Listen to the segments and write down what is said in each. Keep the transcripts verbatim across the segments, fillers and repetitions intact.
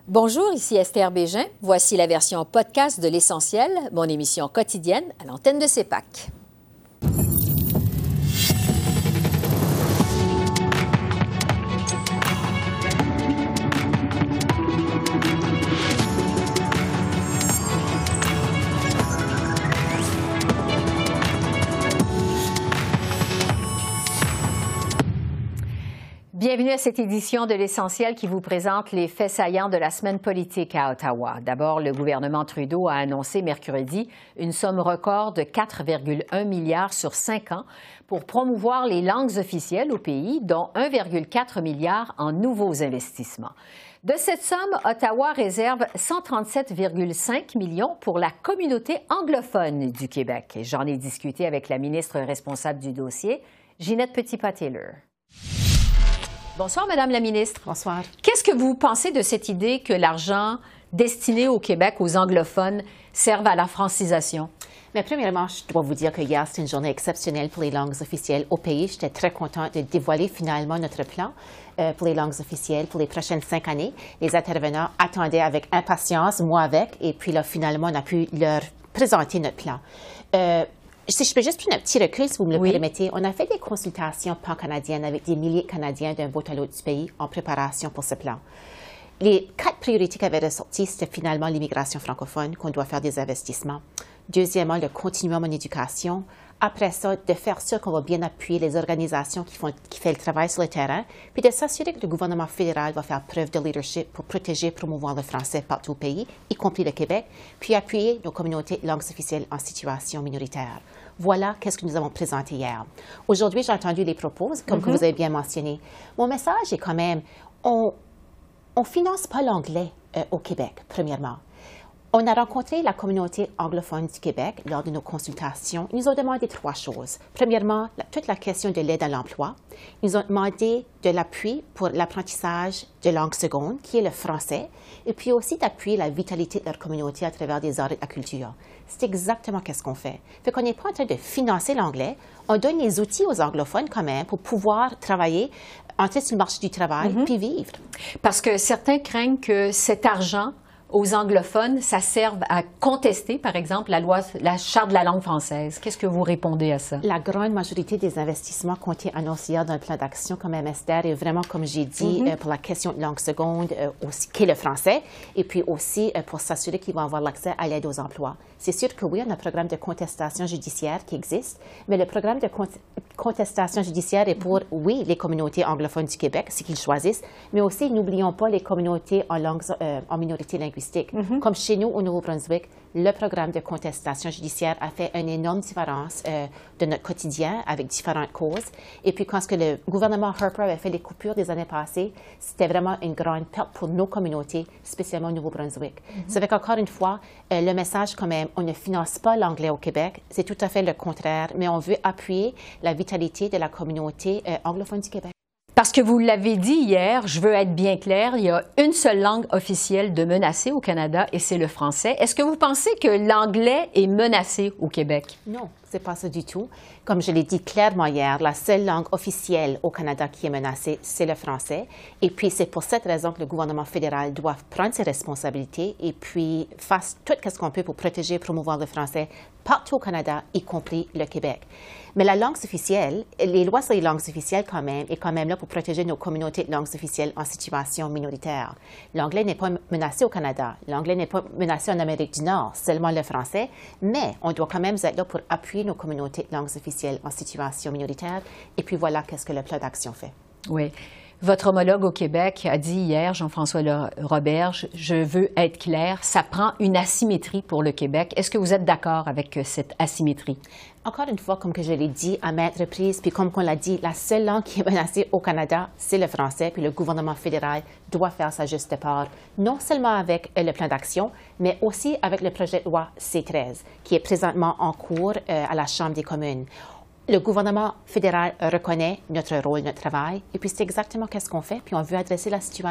Bonjour, ici Esther Bégin. Voici la version podcast de L'Essentiel, mon émission quotidienne à l'antenne de CEPAC. Bienvenue à cette édition de L'Essentiel qui vous présente les faits saillants de la semaine politique à Ottawa. D'abord, le gouvernement Trudeau a annoncé mercredi une somme record de quatre virgule un milliards sur cinq ans pour promouvoir les langues officielles au pays, dont un virgule quatre milliard en nouveaux investissements. De cette somme, Ottawa réserve cent trente-sept virgule cinq millions pour la communauté anglophone du Québec. J'en ai discuté avec la ministre responsable du dossier, Ginette Petitpas-Taylor. Bonsoir, Madame la ministre. Bonsoir. Qu'est-ce que vous pensez de cette idée que l'argent destiné au Québec aux anglophones serve à la francisation? Mais premièrement, je dois vous dire que hier, c'était une journée exceptionnelle pour les langues officielles au pays. J'étais très contente de dévoiler finalement notre plan euh, pour les langues officielles pour les prochaines cinq années. Les intervenants attendaient avec impatience, moi avec, et puis là, finalement, on a pu leur présenter notre plan. Euh, Si je peux juste prendre un petit recul, si vous me le oui. permettez. On a fait des consultations pan-canadiennes avec des milliers de Canadiens d'un bout à l'autre du pays en préparation pour ce plan. Les quatre priorités qui avaient ressorti, c'était finalement l'immigration francophone, qu'on doit faire des investissements. Deuxièmement, le continuum en éducation. Après ça, de faire sûr qu'on va bien appuyer les organisations qui font qui font le travail sur le terrain, puis de s'assurer que le gouvernement fédéral va faire preuve de leadership pour protéger et promouvoir le français partout au pays, y compris le Québec, puis appuyer nos communautés de langues officielles en situation minoritaire. Voilà qu'est-ce que nous avons présenté hier. Aujourd'hui, j'ai entendu les propos, comme mm-hmm. que vous avez bien mentionné. Mon message est quand même, on ne finance pas l'anglais euh, au Québec, premièrement. On a rencontré la communauté anglophone du Québec lors de nos consultations. Ils nous ont demandé trois choses. Premièrement, la, toute la question de l'aide à l'emploi. Ils nous ont demandé de l'appui pour l'apprentissage de langue seconde, qui est le français, et puis aussi d'appuyer la vitalité de leur communauté à travers des arts et de la culture. C'est exactement ce qu'on fait. Fait qu'on n'est pas en train de financer l'anglais. On donne les outils aux anglophones quand même pour pouvoir travailler, entrer sur le marché du travail, mm-hmm. puis vivre. Parce que certains craignent que cet argent aux anglophones, ça serve à contester, par exemple, la loi, la Charte de la langue française. Qu'est-ce que vous répondez à ça? La grande majorité des investissements qui ont été annoncés hier dans le plan d'action comme M S D R est vraiment, comme j'ai dit, mm-hmm. euh, pour la question de langue seconde, euh, aussi, qui est le français, et puis aussi euh, pour s'assurer qu'ils vont avoir l'accès à l'aide aux emplois. C'est sûr que oui, on a un programme de contestation judiciaire qui existe, mais le programme de con contestation judiciaire est pour, oui, les communautés anglophones du Québec, c'est qu'ils choisissent, mais aussi, n'oublions pas les communautés en, langue, euh, en minorité linguistique. Mm-hmm. Comme chez nous, au Nouveau-Brunswick, le programme de contestation judiciaire a fait une énorme différence euh, de notre quotidien avec différentes causes. Et puis, quand que le gouvernement Harper avait fait les coupures des années passées, c'était vraiment une grande perte pour nos communautés, spécialement au Nouveau-Brunswick. Mm-hmm. Ça fait qu'encore une fois, euh, le message quand même, on ne finance pas l'anglais au Québec, c'est tout à fait le contraire, mais on veut appuyer la vitalité de la communauté euh, anglophone du Québec. Parce que vous l'avez dit hier, je veux être bien claire, il y a une seule langue officielle de menacée au Canada et c'est le français. Est-ce que vous pensez que l'anglais est menacé au Québec? Non, c'est pas ça du tout. Comme je l'ai dit clairement hier, la seule langue officielle au Canada qui est menacée, c'est le français. Et puis, c'est pour cette raison que le gouvernement fédéral doit prendre ses responsabilités et puis fasse tout ce qu'on peut pour protéger et promouvoir le français partout au Canada, y compris le Québec. Mais la langue officielle, les lois sur les langues officielles quand même, est quand même là pour protéger nos communautés de langues officielles en situation minoritaire. L'anglais n'est pas menacé au Canada. L'anglais n'est pas menacé en Amérique du Nord, seulement le français. Mais on doit quand même être là pour appuyer nos communautés de langues officielles en situation minoritaire. Et puis voilà qu'est-ce que le plan d'action fait. Oui. Votre homologue au Québec a dit hier, Jean-François Roberge, je veux être clair, ça prend une asymétrie pour le Québec. Est-ce que vous êtes d'accord avec cette asymétrie? Encore une fois, comme que je l'ai dit à maintes reprises, puis comme on l'a dit, la seule langue qui est menacée au Canada, c'est le français, puis le gouvernement fédéral doit faire sa juste part, non seulement avec le plan d'action, mais aussi avec le projet de loi C treize, qui est présentement en cours euh, à la Chambre des communes. Le gouvernement fédéral reconnaît notre rôle, notre travail, et puis c'est exactement ce qu'on fait, puis on veut adresser la situation.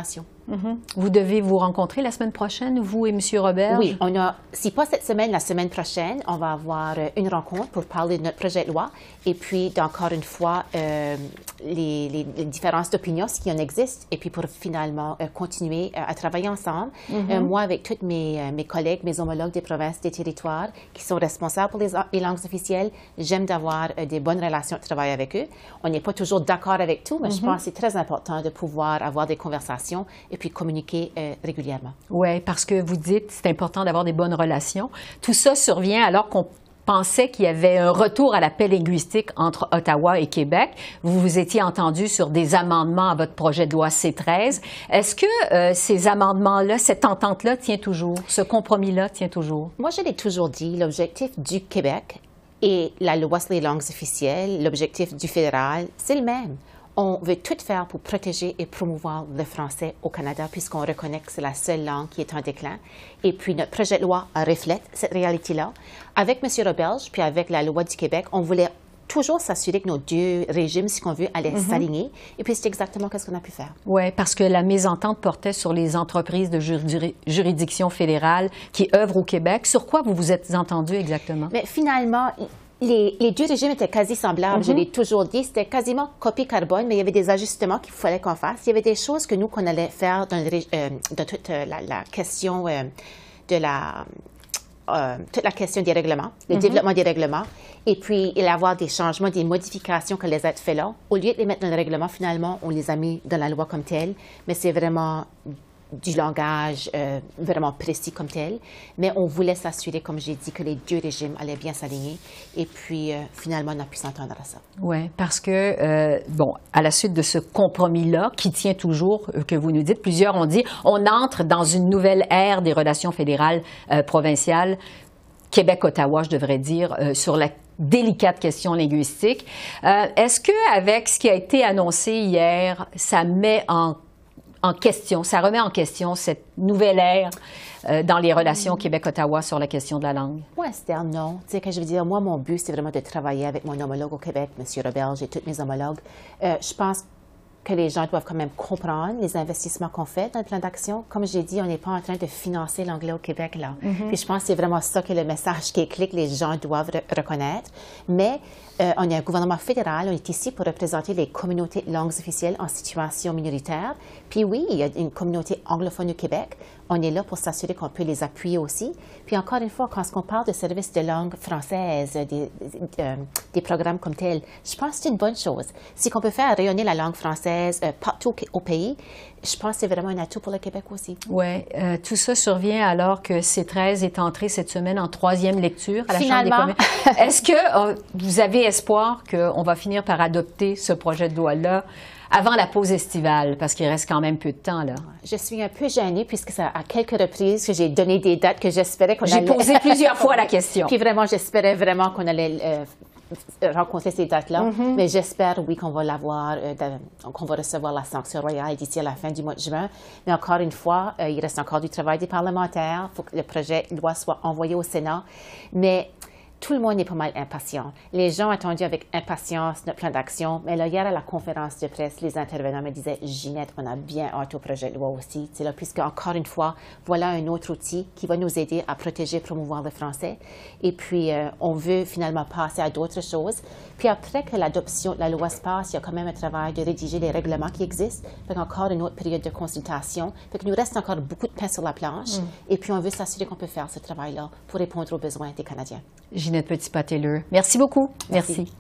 Mm-hmm. Vous devez vous rencontrer la semaine prochaine, vous et M. Roberge? Oui, on a, si pas cette semaine, la semaine prochaine, on va avoir une rencontre pour parler de notre projet de loi et puis, encore une fois, euh, les, les, les différences d'opinion, ce qui en existe, et puis pour finalement euh, continuer euh, à travailler ensemble. Mm-hmm. euh, moi, avec tous mes, euh, mes collègues, mes homologues des provinces, des territoires qui sont responsables pour les, les langues officielles, j'aime d'avoir euh, des bonnes relations de travail avec eux. On n'est pas toujours d'accord avec tout, mais mm-hmm. je pense que c'est très important de pouvoir avoir des conversations et puis communiquer euh, régulièrement. Oui, parce que vous dites c'est important d'avoir des bonnes relations. Tout ça survient alors qu'on pensait qu'il y avait un retour à la paix linguistique entre Ottawa et Québec. Vous vous étiez entendu sur des amendements à votre projet de loi C treize. Est-ce que euh, ces amendements-là, cette entente-là tient toujours, ce compromis-là tient toujours? Moi, je l'ai toujours dit, l'objectif du Québec et la loi sur les langues officielles, l'objectif du fédéral, c'est le même. On veut tout faire pour protéger et promouvoir le français au Canada puisqu'on reconnaît que c'est la seule langue qui est en déclin. Et puis, notre projet de loi reflète cette réalité-là. Avec M. Roberge, puis avec la loi du Québec, on voulait toujours s'assurer que nos deux régimes, si on veut, allaient mm-hmm. s'aligner. Et puis, c'est exactement ce qu'on a pu faire. Oui, parce que la mésentente portait sur les entreprises de juri- juridiction fédérale qui œuvrent au Québec. Sur quoi vous vous êtes entendu exactement? Mais finalement, Les, les deux régimes étaient quasi semblables, mm-hmm. je l'ai toujours dit, c'était quasiment copie carbone, mais il y avait des ajustements qu'il fallait qu'on fasse. Il y avait des choses que nous, qu'on allait faire dans, le, euh, dans toute la, la question euh, de la... Euh, toute la question des règlements, le mm-hmm. développement des règlements, et puis il y avoir des changements, des modifications que les êtres fait là. Au lieu de les mettre dans le règlement, finalement, on les a mis dans la loi comme telle, mais c'est vraiment du langage euh, vraiment précis comme tel, mais on voulait s'assurer, comme j'ai dit, que les deux régimes allaient bien s'aligner, et puis euh, finalement, on a pu s'entendre à ça. Oui, parce que, euh, bon, à la suite de ce compromis-là, qui tient toujours, euh, que vous nous dites, plusieurs ont dit, on entre dans une nouvelle ère des relations fédérales euh, provinciales, Québec-Ottawa, je devrais dire, euh, sur la délicate question linguistique. Euh, est-ce qu'avec ce qui a été annoncé hier, ça met en en question, ça remet en question cette nouvelle ère euh, dans les relations Québec-Ottawa sur la question de la langue? Oui, Esther, non. Tu sais, que je veux dire, moi, mon but, c'est vraiment de travailler avec mon homologue au Québec, M. Roberge et tous mes homologues. Euh, je pense que les gens doivent quand même comprendre les investissements qu'on fait dans le plan d'action. Comme j'ai dit, on n'est pas en train de financer l'anglais au Québec, là. Mm-hmm. Puis je pense que c'est vraiment ça que le message qui est clé que les gens doivent re- reconnaître. Mais euh, on est un gouvernement fédéral, on est ici pour représenter les communautés de langues officielles en situation minoritaire. Puis oui, il y a une communauté anglophone au Québec. On est là pour s'assurer qu'on peut les appuyer aussi. Puis encore une fois, quand on parle de services de langue française, des, des, euh, des programmes comme tels, je pense que c'est une bonne chose. Si on peut faire rayonner la langue française euh, partout au pays, je pense que c'est vraiment un atout pour le Québec aussi. Oui, euh, tout ça survient alors que C treize est entré cette semaine en troisième lecture à la Finalement. Chambre des communes. Est-ce que euh, vous avez espoir qu'on va finir par adopter ce projet de loi-là avant la pause estivale, parce qu'il reste quand même peu de temps, là? Je suis un peu gênée, puisque c'est à quelques reprises que j'ai donné des dates que j'espérais qu'on allait... J'ai posé plusieurs fois la question. Puis vraiment, j'espérais vraiment qu'on allait euh, rencontrer ces dates-là. Mm-hmm. Mais j'espère, oui, qu'on va l'avoir, euh, qu'on va recevoir la sanction royale d'ici à la fin du mois de juin. Mais encore une fois, euh, il reste encore du travail des parlementaires. Il faut que le projet de loi soit envoyé au Sénat. Mais tout le monde est pas mal impatient. Les gens ont attendu avec impatience notre plan d'action. Mais là, hier, à la conférence de presse, les intervenants me disaient « Ginette, on a bien hâte au projet de loi aussi. » C'est là, puisque, encore une fois, voilà un autre outil qui va nous aider à protéger et promouvoir le français. Et puis, euh, on veut finalement passer à d'autres choses. Puis après que l'adoption de la loi se passe, il y a quand même un travail de rédiger les règlements qui existent. Fait encore une autre période de consultation. Fait qu'il nous reste encore beaucoup de pain sur la planche. Mm. Et puis, on veut s'assurer qu'on peut faire ce travail-là pour répondre aux besoins des Canadiens. Ginette Petitpas-Taylor. Merci beaucoup. Merci. Merci.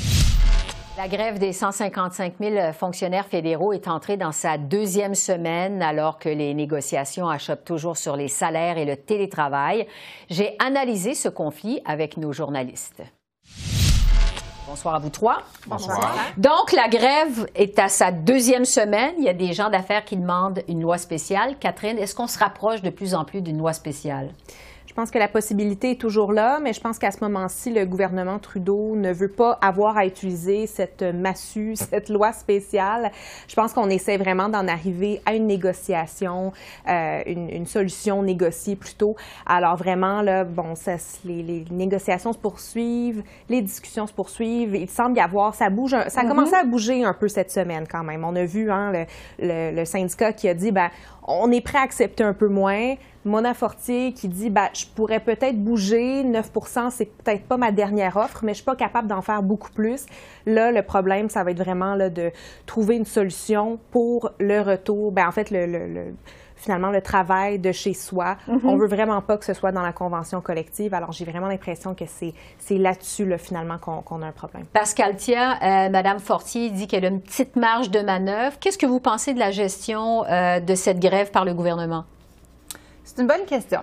La grève des cent cinquante-cinq mille fonctionnaires fédéraux est entrée dans sa deuxième semaine alors que les négociations achoppent toujours sur les salaires et le télétravail. J'ai analysé ce conflit avec nos journalistes. Bonsoir à vous trois. Bonsoir. Donc, la grève est à sa deuxième semaine. Il y a des gens d'affaires qui demandent une loi spéciale. Catherine, est-ce qu'on se rapproche de plus en plus d'une loi spéciale? Je pense que la possibilité est toujours là, mais je pense qu'à ce moment-ci, le gouvernement Trudeau ne veut pas avoir à utiliser cette massue, cette loi spéciale. Je pense qu'on essaie vraiment d'en arriver à une négociation, euh, une, une solution négociée plutôt. Alors vraiment, là, bon, ça, les, les négociations se poursuivent, les discussions se poursuivent. Il semble y avoir, ça bouge, ça a commencé à bouger un peu cette semaine quand même. On a vu hein, le, le, le syndicat qui a dit, ben, on est prêt à accepter un peu moins. Mona Fortier qui dit ben, je pourrais peut-être bouger, neuf pour cent c'est peut-être pas ma dernière offre, mais je suis pas capable d'en faire beaucoup plus. Là, le problème, ça va être vraiment là, de trouver une solution pour le retour, ben, en fait, le, le, le, finalement, le travail de chez soi. Mm-hmm. On veut vraiment pas que ce soit dans la convention collective, alors j'ai vraiment l'impression que c'est, c'est là-dessus, là, finalement, qu'on, qu'on a un problème. Pascal Thia, euh, Mme Fortier dit qu'elle a une petite marge de manœuvre. Qu'est-ce que vous pensez de la gestion euh, de cette grève par le gouvernement? C'est une bonne question.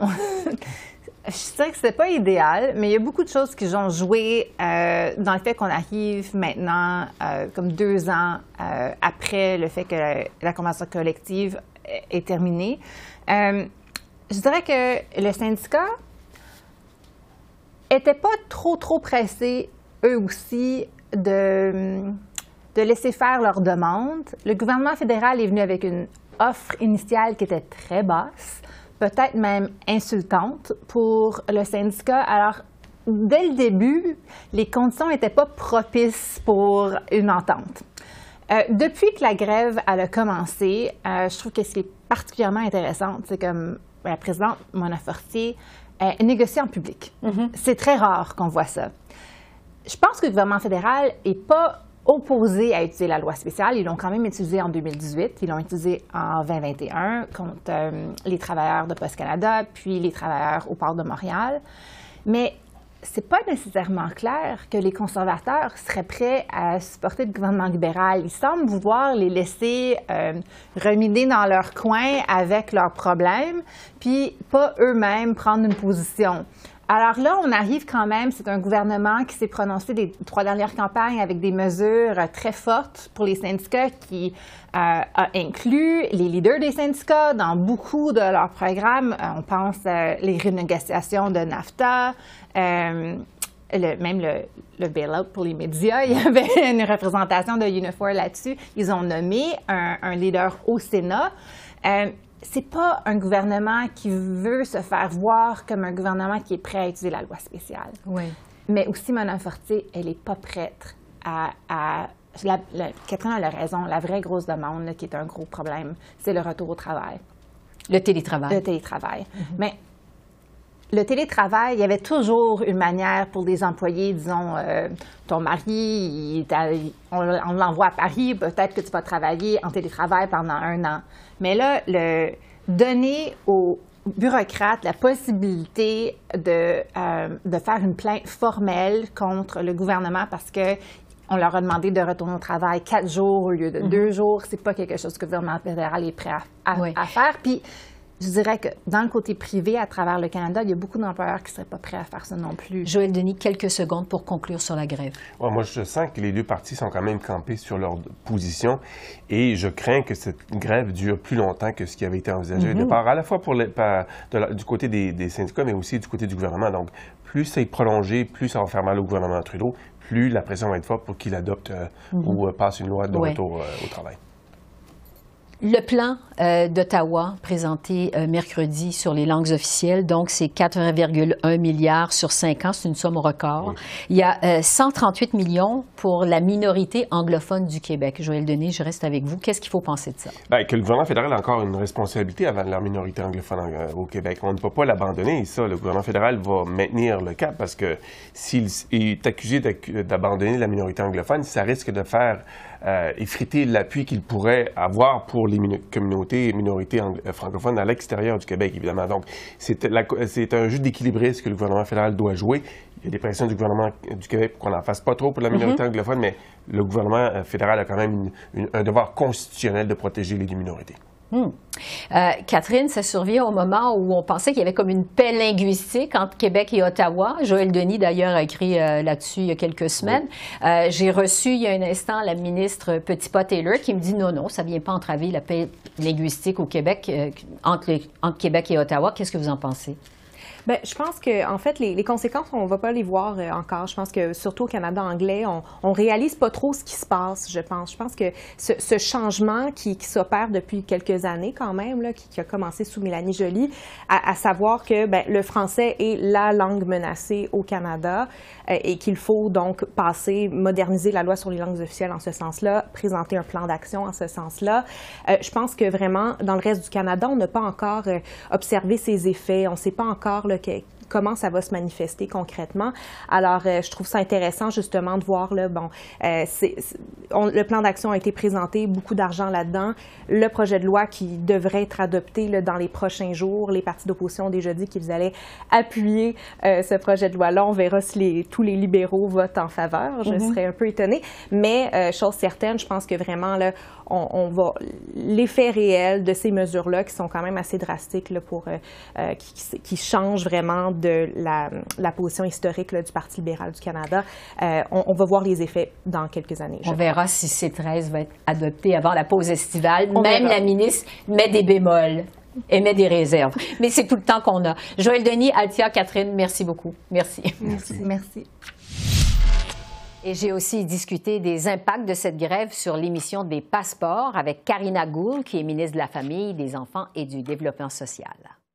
Je dirais que c'est pas idéal, mais il y a beaucoup de choses qui ont joué euh, dans le fait qu'on arrive maintenant, euh, comme deux ans euh, après le fait que la, la convention collective est terminée. Euh, je dirais que le syndicat n'était pas trop, trop pressé, eux aussi, de, de laisser faire leurs demandes. Le gouvernement fédéral est venu avec une offre initiale qui était très basse, peut-être même insultante pour le syndicat. Alors, dès le début, les conditions n'étaient pas propices pour une entente. Euh, depuis que la grève elle a commencé, euh, je trouve que ce qui est particulièrement intéressant, c'est comme la présidente Mona Fortier euh, négocie en public. Mm-hmm. C'est très rare qu'on voit ça. Je pense que le gouvernement fédéral n'est pas opposés à utiliser la loi spéciale. Ils l'ont quand même utilisée en deux mille dix-huit. Ils l'ont utilisée en vingt vingt et un contre euh, les travailleurs de Post Canada, puis les travailleurs au port de Montréal. Mais c'est pas nécessairement clair que les conservateurs seraient prêts à supporter le gouvernement libéral. Ils semblent vouloir les laisser euh, ruminer dans leur coin avec leurs problèmes, puis pas eux-mêmes prendre une position. Alors là, on arrive quand même, c'est un gouvernement qui s'est prononcé des trois dernières campagnes avec des mesures très fortes pour les syndicats qui euh, a inclus les leaders des syndicats dans beaucoup de leurs programmes. On pense à les renégociations de NAFTA, euh, le, même le, le bail-out pour les médias. Il y avait une représentation de Unifor là-dessus. Ils ont nommé un, un leader au Sénat. Euh, C'est pas un gouvernement qui veut se faire voir comme un gouvernement qui est prêt à utiliser la loi spéciale. Oui. Mais aussi, Mme Fortier, elle n'est pas prête à... à la, la, Catherine a raison, la vraie grosse demande, là, qui est un gros problème, c'est le retour au travail. Le télétravail. Le télétravail. Mm-hmm. Mais le télétravail, il y avait toujours une manière pour des employés, disons, euh, ton mari, il, il, on, on l'envoie à Paris, peut-être que tu vas travailler en télétravail pendant un an. Mais là, le, donner aux bureaucrates la possibilité de, euh, de faire une plainte formelle contre le gouvernement parce que on leur a demandé de retourner au travail quatre jours au lieu de mm-hmm. deux jours, c'est pas quelque chose que le gouvernement fédéral est prêt à, à, oui. à faire. Puis, je dirais que dans le côté privé, à travers le Canada, il y a beaucoup d'employeurs qui ne seraient pas prêts à faire ça non plus. Joël Denis, quelques secondes pour conclure sur la grève. Ouais, moi, je sens que les deux partis sont quand même campés sur leur position et je crains que cette grève dure plus longtemps que ce qui avait été envisagé mm-hmm. au départ, à la fois pour les, par, de la, du côté des, des syndicats, mais aussi du côté du gouvernement. Donc, plus c'est prolongé, plus ça va faire mal au gouvernement Trudeau, plus la pression va être forte pour qu'il adopte euh, mm-hmm. ou euh, passe une loi de ouais. retour euh, au travail. Le plan euh, d'Ottawa présenté euh, mercredi sur les langues officielles, donc c'est quatre virgule un milliards sur cinq ans, c'est une somme record. Oui. Il y a euh, cent trente-huit millions pour la minorité anglophone du Québec. Joël Denis, je reste avec vous. Qu'est-ce qu'il faut penser de ça? Bien, que le gouvernement fédéral a encore une responsabilité avant la minorité anglophone euh, au Québec. On ne peut pas l'abandonner. Ça, le gouvernement fédéral va maintenir le cap parce que s'il est accusé d'abandonner la minorité anglophone, ça risque de faire euh, effriter l'appui qu'il pourrait avoir pour les min- communautés et minorités ang- francophones à l'extérieur du Québec, évidemment. Donc, c'est, la, c'est un jeu d'équilibriste que le gouvernement fédéral doit jouer. Il y a des pressions du gouvernement du Québec pour qu'on n'en fasse pas trop pour la minorité mm-hmm. anglophone, mais le gouvernement fédéral a quand même une, une, un devoir constitutionnel de protéger les deux minorités. Hum. Euh, Catherine, ça survient au moment où on pensait qu'il y avait comme une paix linguistique entre Québec et Ottawa. Joël Denis, d'ailleurs, a écrit euh, là-dessus il y a quelques semaines. Oui. Euh, j'ai reçu il y a un instant la ministre Petitpas-Taylor qui me dit non, non, ça ne vient pas entraver la paix linguistique au Québec, euh, entre, les, entre Québec et Ottawa. Qu'est-ce que vous en pensez? Bien, je pense que en fait, les, les conséquences, on ne va pas les voir euh, encore. Je pense que surtout au Canada anglais, on, on réalise pas trop ce qui se passe, je pense. Je pense que ce, ce changement qui, qui s'opère depuis quelques années quand même, là, qui, qui a commencé sous Mélanie Joly, à, à savoir que ben, le français est la langue menacée au Canada euh, et qu'il faut donc passer, moderniser la loi sur les langues officielles en ce sens-là, présenter un plan d'action en ce sens-là. Euh, je pense que vraiment, dans le reste du Canada, on n'a pas encore euh, observé ces effets. On ne sait pas encore là, que, comment ça va se manifester concrètement. Alors, euh, je trouve ça intéressant justement de voir, là, bon, euh, c'est, c'est, on, le plan d'action a été présenté, beaucoup d'argent là-dedans. Le projet de loi qui devrait être adopté là, dans les prochains jours, les partis d'opposition ont déjà dit qu'ils allaient appuyer euh, ce projet de loi-là. On verra si les, tous les libéraux votent en faveur. Je mm-hmm. serais un peu étonnée. Mais, euh, chose certaine, je pense que vraiment, là, on, on va l'effet réel de ces mesures-là, qui sont quand même assez drastiques là, pour, euh, euh, qui, qui changent vraiment de la, la position historique là, du Parti libéral du Canada. Euh, on, on va voir les effets dans quelques années. On verra si C treize va être adopté avant la pause estivale. On Même verra. La ministre met des bémols et met des réserves. Mais c'est tout le temps qu'on a. Joëlle Denis, Althia, Catherine, merci beaucoup. Merci. Merci. Merci. Et j'ai aussi discuté des impacts de cette grève sur l'émission des passeports avec Karina Gould, qui est ministre de la Famille, des Enfants et du Développement social.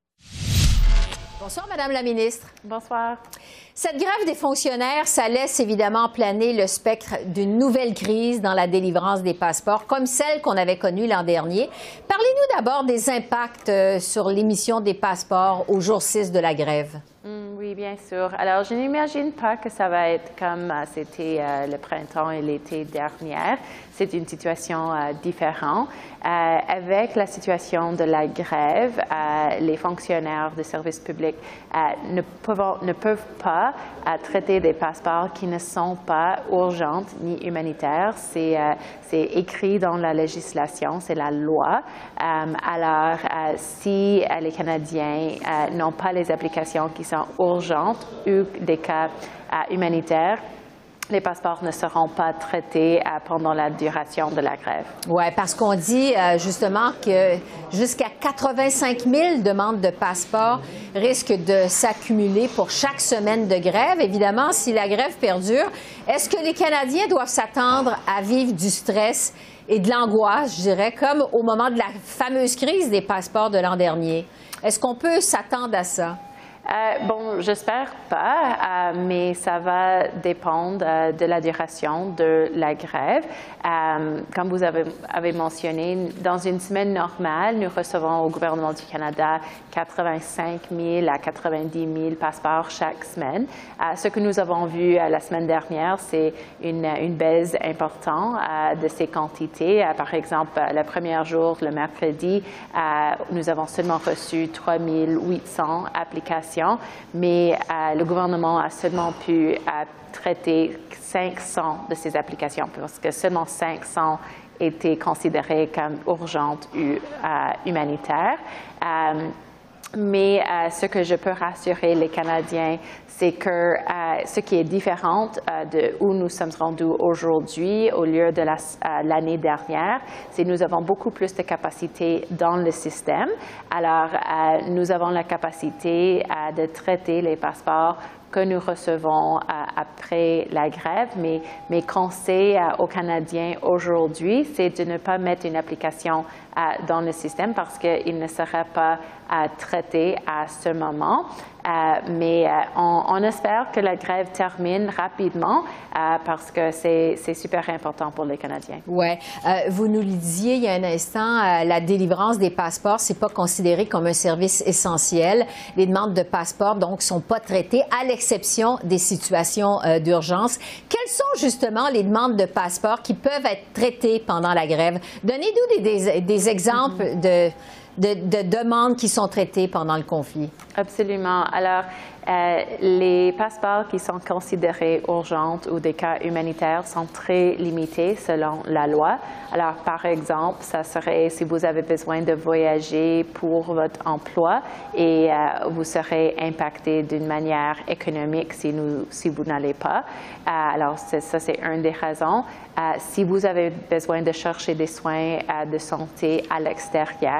Bonsoir, Madame la ministre. Bonsoir. Cette grève des fonctionnaires, ça laisse évidemment planer le spectre d'une nouvelle crise dans la délivrance des passeports, comme celle qu'on avait connue l'an dernier. Parlez-nous d'abord des impacts sur l'émission des passeports au jour six de la grève. Mm, oui, bien sûr. Alors, je n'imagine pas que ça va être comme euh, c'était euh, le printemps et l'été dernier. C'est une situation euh, différente. Euh, avec la situation de la grève, euh, les fonctionnaires de services publics euh, ne, peuvent, ne peuvent pas euh, traiter des passeports qui ne sont pas urgents ni humanitaires. C'est euh, c'est écrit dans la législation, c'est la loi. Euh, alors, euh, si euh, les Canadiens euh, n'ont pas les applications qui sont urgentes ou des cas euh, humanitaires, les passeports ne seront pas traités euh, pendant la duration de la grève. Oui, parce qu'on dit euh, justement que jusqu'à quatre-vingt-cinq mille demandes de passeports risquent de s'accumuler pour chaque semaine de grève. Évidemment, si la grève perdure, est-ce que les Canadiens doivent s'attendre à vivre du stress et de l'angoisse, je dirais, comme au moment de la fameuse crise des passeports de l'an dernier? Est-ce qu'on peut s'attendre à ça? Euh, bon, j'espère pas, euh, mais ça va dépendre euh, de la duration de la grève. Euh, comme vous avez, avez mentionné, dans une semaine normale, nous recevons au gouvernement du Canada quatre-vingt-cinq mille à quatre-vingt-dix mille passeports chaque semaine. Euh, ce que nous avons vu euh, la semaine dernière, c'est une, une baisse importante euh, de ces quantités. Euh, par exemple, euh, le premier jour, le mercredi, euh, nous avons seulement reçu trois mille huit cents applications. Mais euh, le gouvernement a seulement pu euh, traiter cinq cents de ces applications parce que seulement cinq cents étaient considérées comme urgentes ou euh, humanitaires. Euh, Mais euh, ce que je peux rassurer les Canadiens, c'est que euh, ce qui est différent euh, de où nous sommes rendus aujourd'hui au lieu de la, euh, l'année dernière, c'est que nous avons beaucoup plus de capacité dans le système. Alors, euh, nous avons la capacité euh, de traiter les passeports que nous recevons euh, après la grève, mais mes conseils euh, aux Canadiens aujourd'hui, c'est de ne pas mettre une application euh, dans le système parce qu'il ne sera pas euh, traité à ce moment. Euh, mais euh, on, on espère que la grève termine rapidement euh, parce que c'est, c'est super important pour les Canadiens. Oui. Euh, vous nous le disiez il y a un instant, euh, la délivrance des passeports, c'est pas considéré comme un service essentiel. Les demandes de passeports, donc, sont pas traitées à l'exception des situations euh, d'urgence. Quelles sont justement les demandes de passeports qui peuvent être traitées pendant la grève? Donnez-nous des, des, des exemples mm-hmm. de... De, de demandes qui sont traitées pendant le conflit? Absolument. Alors, euh, les passeports qui sont considérés urgents ou des cas humanitaires sont très limités selon la loi. Alors, par exemple, ça serait si vous avez besoin de voyager pour votre emploi et euh, vous serez impacté d'une manière économique si, nous, si vous n'allez pas. Euh, alors, c'est, ça, c'est une des raisons. Euh, si vous avez besoin de chercher des soins euh, de santé à l'extérieur, euh,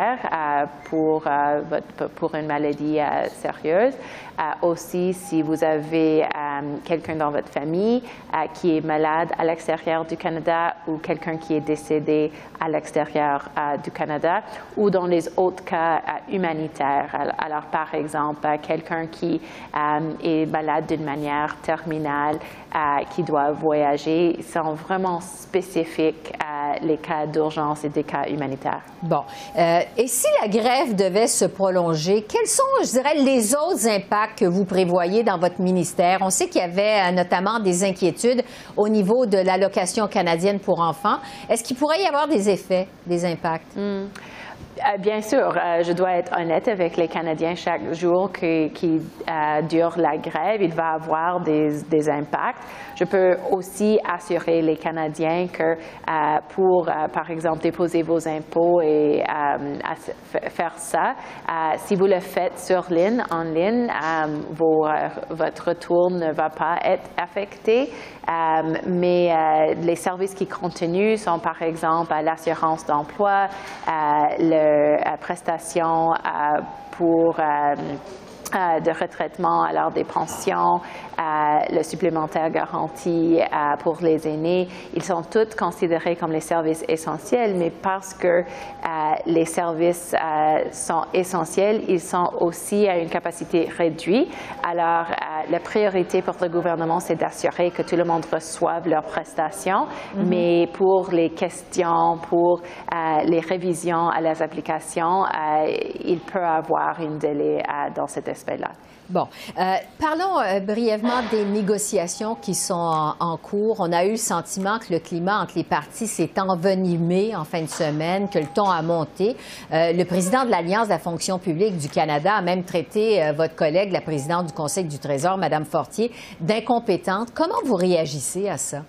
euh, pour, euh, votre, pour une maladie euh, sérieuse. Euh, aussi, si vous avez euh, quelqu'un dans votre famille euh, qui est malade à l'extérieur du Canada ou quelqu'un qui est décédé à l'extérieur euh, du Canada, ou dans les autres cas euh, humanitaires. Alors, par exemple, quelqu'un qui euh, est malade d'une manière terminale, euh, qui doit voyager, sont vraiment spécifiques à les cas d'urgence et des cas humanitaires. Bon. Euh, et si la grève devait se prolonger, quels sont, je dirais, les autres impacts que vous prévoyez dans votre ministère? On sait qu'il y avait euh, notamment des inquiétudes au niveau de l'allocation canadienne pour enfants. Est-ce qu'il pourrait y avoir des effets, des impacts? Mm. Euh, bien sûr, euh, je dois être honnête avec les Canadiens. Chaque jour que, qui euh, dure la grève, il va avoir des, des impacts. Je peux aussi assurer les Canadiens que euh, pour, euh, par exemple, déposer vos impôts et euh, faire ça, euh, si vous le faites sur ligne, en ligne, euh, vos, euh, votre retour ne va pas être affecté. Euh, mais euh, les services qui continuent sont, par exemple, l'assurance d'emploi, euh, la prestation euh, pour euh, euh, de retraitement, alors des pensions, euh, le supplémentaire garanti euh, pour les aînés. Ils sont tous considérés comme les services essentiels, mais parce que euh, les services euh, sont essentiels, ils sont aussi à une capacité réduite. Alors, euh, la priorité pour le gouvernement, c'est d'assurer que tout le monde reçoive leurs prestations, mm-hmm. mais pour les questions, pour euh, les révisions à les applications, euh, il peut avoir un délai euh, dans cet aspect-là. Bon, euh, parlons euh, brièvement des négociations qui sont en, en cours. On a eu le sentiment que le climat entre les partis s'est envenimé en fin de semaine, que le ton a monté. Euh, le président de l'Alliance de la fonction publique du Canada a même traité euh, votre collègue, la présidente du Conseil du Trésor, Mme Fortier, d'incompétente. Comment vous réagissez à ça?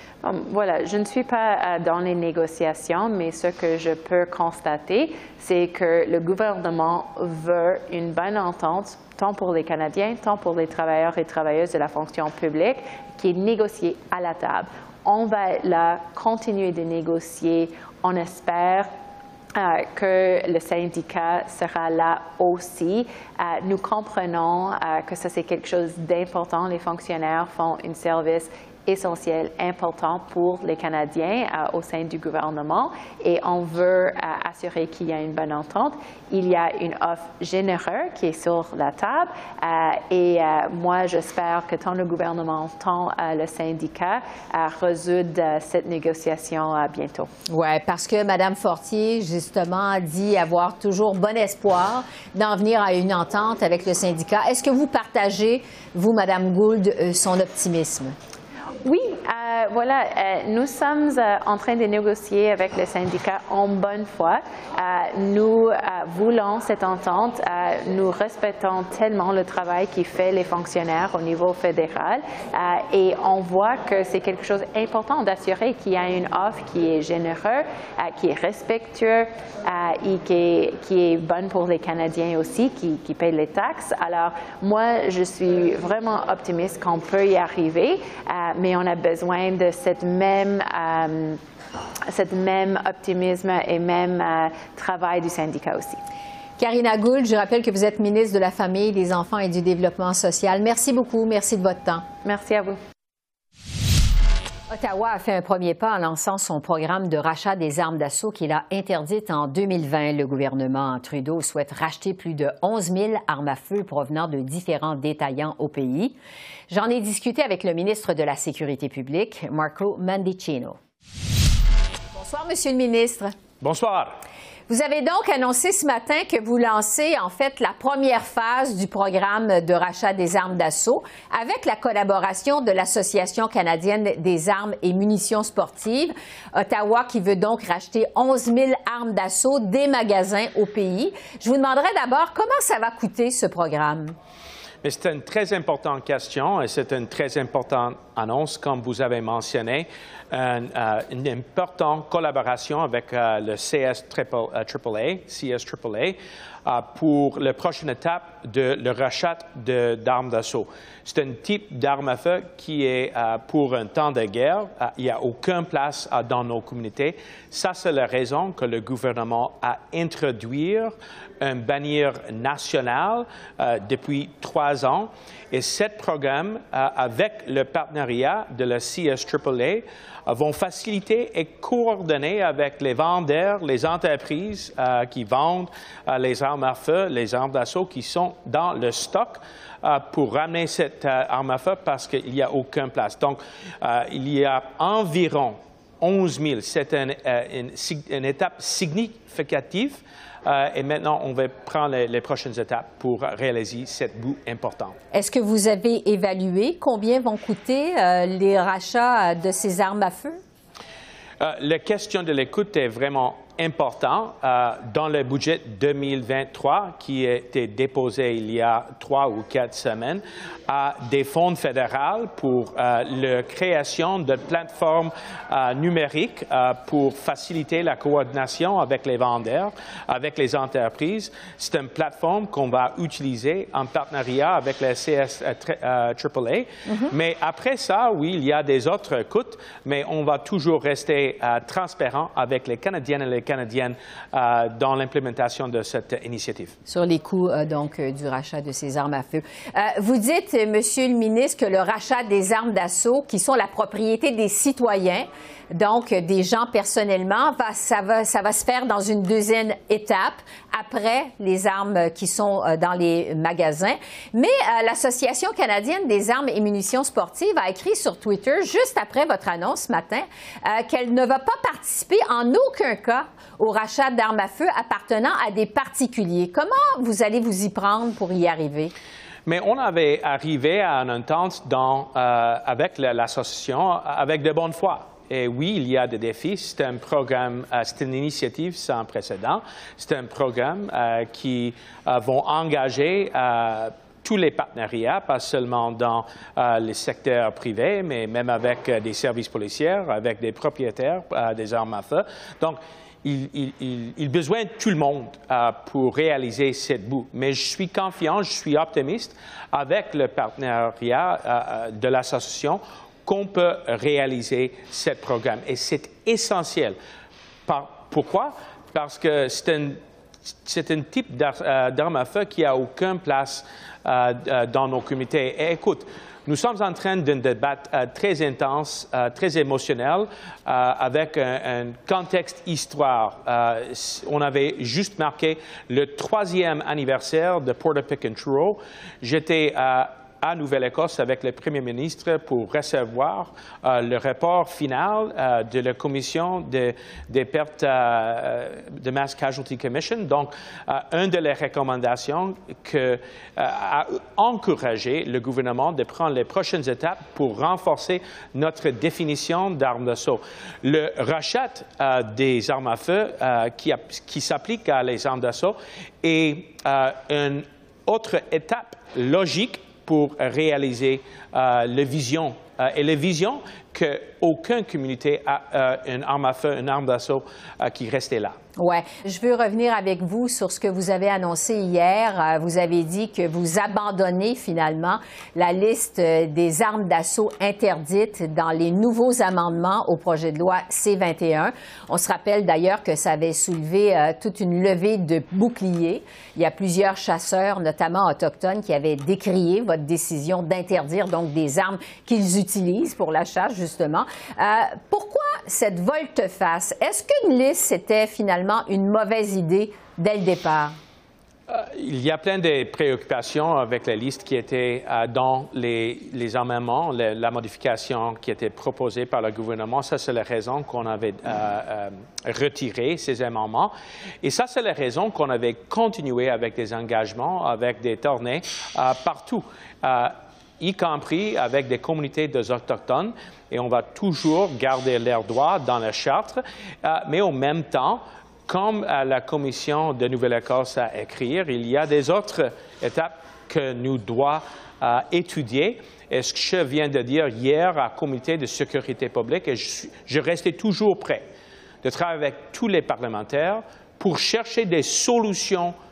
Voilà, je ne suis pas dans les négociations, mais ce que je peux constater, c'est que le gouvernement veut une bonne entente, tant pour les Canadiens, tant pour les travailleurs et travailleuses de la fonction publique, qui est négociée à la table. On va là continuer de négocier, on espère Euh, que le syndicat sera là aussi. Euh, nous comprenons euh, que ça, c'est quelque chose d'important. Les fonctionnaires font un service essentiel, important pour les Canadiens euh, au sein du gouvernement et on veut euh, assurer qu'il y a une bonne entente. Il y a une offre généreuse qui est sur la table euh, et euh, moi, j'espère que tant le gouvernement, tant euh, le syndicat euh, résoudre euh, cette négociation euh, bientôt. Oui, parce que Mme Fortier, justement, dit avoir toujours bon espoir d'en venir à une entente avec le syndicat. Est-ce que vous partagez, vous, Mme Gould, euh, son optimisme? Oui, euh, voilà, euh, nous sommes euh, en train de négocier avec le syndicat en bonne foi. Euh, nous euh, voulons cette entente. Euh, nous respectons tellement le travail qui fait les fonctionnaires au niveau fédéral euh, et on voit que c'est quelque chose d'important d'assurer qu'il y a une offre qui est généreuse, euh, qui est respectueuse euh, et qui est, qui est bonne pour les Canadiens aussi, qui, qui payent les taxes. Alors, moi, je suis vraiment optimiste qu'on peut y arriver, euh, mais on a besoin de cette même, euh, cette même optimisme et même euh, travail du syndicat aussi. Karina Gould, je rappelle que vous êtes ministre de la Famille, des Enfants et du Développement social. Merci beaucoup. Merci de votre temps. Merci à vous. Ottawa a fait un premier pas en lançant son programme de rachat des armes d'assaut qu'il a interdites en deux mille vingt. Le gouvernement Trudeau souhaite racheter plus de onze mille armes à feu provenant de différents détaillants au pays. J'en ai discuté avec le ministre de la Sécurité publique, Marco Mendicino. Bonsoir, Monsieur le ministre. Bonsoir. Vous avez donc annoncé ce matin que vous lancez en fait la première phase du programme de rachat des armes d'assaut avec la collaboration de l'Association canadienne des armes et munitions sportives. Ottawa qui veut donc racheter onze mille armes d'assaut des magasins au pays. Je vous demanderai d'abord comment ça va coûter ce programme. C'est une très importante question et c'est une très importante annonce, comme vous avez mentionné. Une, euh, une importante collaboration avec euh, le C S A A, C S A A. uh, pour la prochaine étape de le rachat d'armes d'assaut. C'est un type d'arme à feu qui est uh, pour un temps de guerre. Uh, il n'y a aucune place uh, dans nos communautés. Ça, c'est la raison que le gouvernement a introduit un bannière national uh, depuis trois ans. Et ce programme, uh, avec le partenariat de la C S A A A, vont faciliter et coordonner avec les vendeurs, les entreprises uh, qui vendent uh, les armes à feu, les armes d'assaut qui sont dans le stock uh, pour ramener cette uh, arme à feu parce qu'il n'y a aucune place. Donc, uh, il y a environ onze mille. C'est un, uh, une, une étape significative. Euh, et maintenant, on va prendre les, les prochaines étapes pour réaliser cette bout important. Est-ce que vous avez évalué combien vont coûter euh, les rachats de ces armes à feu? Euh, la question de l'écoute est vraiment importante. Euh, dans le budget deux mille vingt-trois, qui a été déposé il y a trois ou quatre semaines, à des fonds fédéraux pour euh, la création de plateformes euh, numériques euh, pour faciliter la coordination avec les vendeurs, avec les entreprises. C'est une plateforme qu'on va utiliser en partenariat avec la C S A A A. Mm-hmm. Mais après ça, oui, il y a des autres coûts, mais on va toujours rester euh, transparent avec les Canadiennes et les Canadiennes euh, dans l'implémentation de cette initiative. Sur les coûts euh, donc euh, du rachat de ces armes à feu. Euh, vous dites, Monsieur le ministre, que le rachat des armes d'assaut, qui sont la propriété des citoyens, donc des gens personnellement, va, ça, va, ça va se faire dans une deuxième étape après les armes qui sont euh, dans les magasins. Mais euh, l'Association canadienne des armes et munitions sportives a écrit sur Twitter, juste après votre annonce ce matin, euh, qu'elle ne va pas participer en aucun cas au rachat d'armes à feu appartenant à des particuliers. Comment vous allez vous y prendre pour y arriver? Mais on avait arrivé à une entente dans, euh, avec l'association avec de bonne foi. Et oui, il y a des défis. C'est un programme, euh, c'est une initiative sans précédent. C'est un programme euh, qui euh, vont engager euh, tous les partenariats, pas seulement dans euh, les secteurs privés, mais même avec euh, des services policiers, avec des propriétaires euh, des armes à feu. Donc, Il, il, il, il a besoin de tout le monde euh, pour réaliser cette bout. Mais je suis confiant, je suis optimiste avec le partenariat euh, de l'association qu'on peut réaliser ce programme. Et c'est essentiel. Par, pourquoi? Parce que c'est un, c'est un type d'arme à feu qui n'a aucune place euh, dans nos communautés. Et écoute, nous sommes en train d'un débat euh, très intense, euh, très émotionnel, euh, avec un, un contexte histoire. Euh, on avait juste marqué le troisième anniversaire de Portapique-Truro. J'étais euh, à Nouvelle-Écosse avec le Premier ministre pour recevoir euh, le rapport final euh, de la Commission de, des pertes euh, de Mass Casualty Commission. Donc, euh, une de les recommandations que, euh, a encouragé le gouvernement de prendre les prochaines étapes pour renforcer notre définition d'armes d'assaut. Le rachat euh, des armes à feu euh, qui, qui s'applique à les armes d'assaut est euh, une autre étape logique pour réaliser euh, la vision. Euh, et la vision qu'aucune communauté a euh, une arme à feu, une arme d'assaut euh, qui restait là. Oui. Je veux revenir avec vous sur ce que vous avez annoncé hier. Euh, vous avez dit que vous abandonnez finalement la liste des armes d'assaut interdites dans les nouveaux amendements au projet de loi C vingt et un. On se rappelle d'ailleurs que ça avait soulevé euh, toute une levée de boucliers. Il y a plusieurs chasseurs, notamment autochtones, qui avaient décrié votre décision d'interdire donc des armes qu'ils utilisent pour la chasse, justement. Euh, pourquoi cette volte-face? Est-ce qu'une liste, c'était finalement une mauvaise idée dès le départ? Euh, il y a plein de préoccupations avec la liste qui était euh, dans les, les amendements, la, la modification qui était proposée par le gouvernement. Ça, c'est la raison qu'on avait euh, euh, retiré ces amendements. Et ça, c'est la raison qu'on avait continué avec des engagements, avec des tournées euh, partout. Euh, y compris avec des communautés d'Autochtones, et on va toujours garder leurs droits dans la charte, euh, mais en même temps, comme euh, la Commission de Nouvelle-Écosse a écrit, il y a des autres étapes que nous devons euh, étudier. Et ce que je viens de dire hier à la Comité de sécurité publique, et je, suis, je restais toujours prêt de travailler avec tous les parlementaires pour chercher des solutions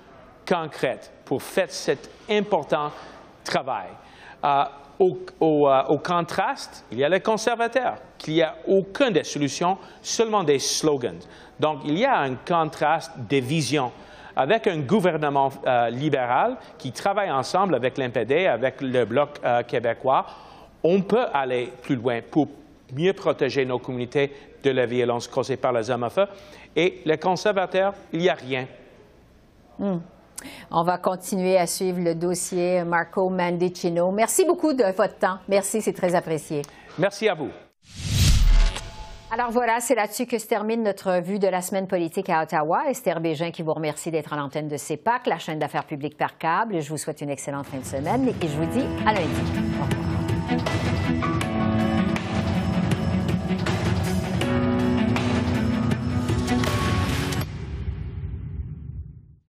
concrètes pour faire cet important travail. Euh, au, au, euh, au contraste, il y a les conservateurs, qu'il n'y a aucune des solutions, seulement des slogans. Donc, il y a un contraste des visions. Avec un gouvernement euh, libéral qui travaille ensemble avec l'N P D, avec le Bloc euh, québécois, on peut aller plus loin pour mieux protéger nos communautés de la violence causée par les armes à feu. Et les conservateurs, il n'y a rien. Mm. On va continuer à suivre le dossier Marco Mendicino. Merci beaucoup de votre temps. Merci, c'est très apprécié. Merci à vous. Alors voilà, c'est là-dessus que se termine notre vue de la semaine politique à Ottawa. Esther Bégin qui vous remercie d'être à l'antenne de C E P A C, la chaîne d'affaires publiques par câble. Je vous souhaite une excellente fin de semaine et je vous dis à lundi. Au revoir.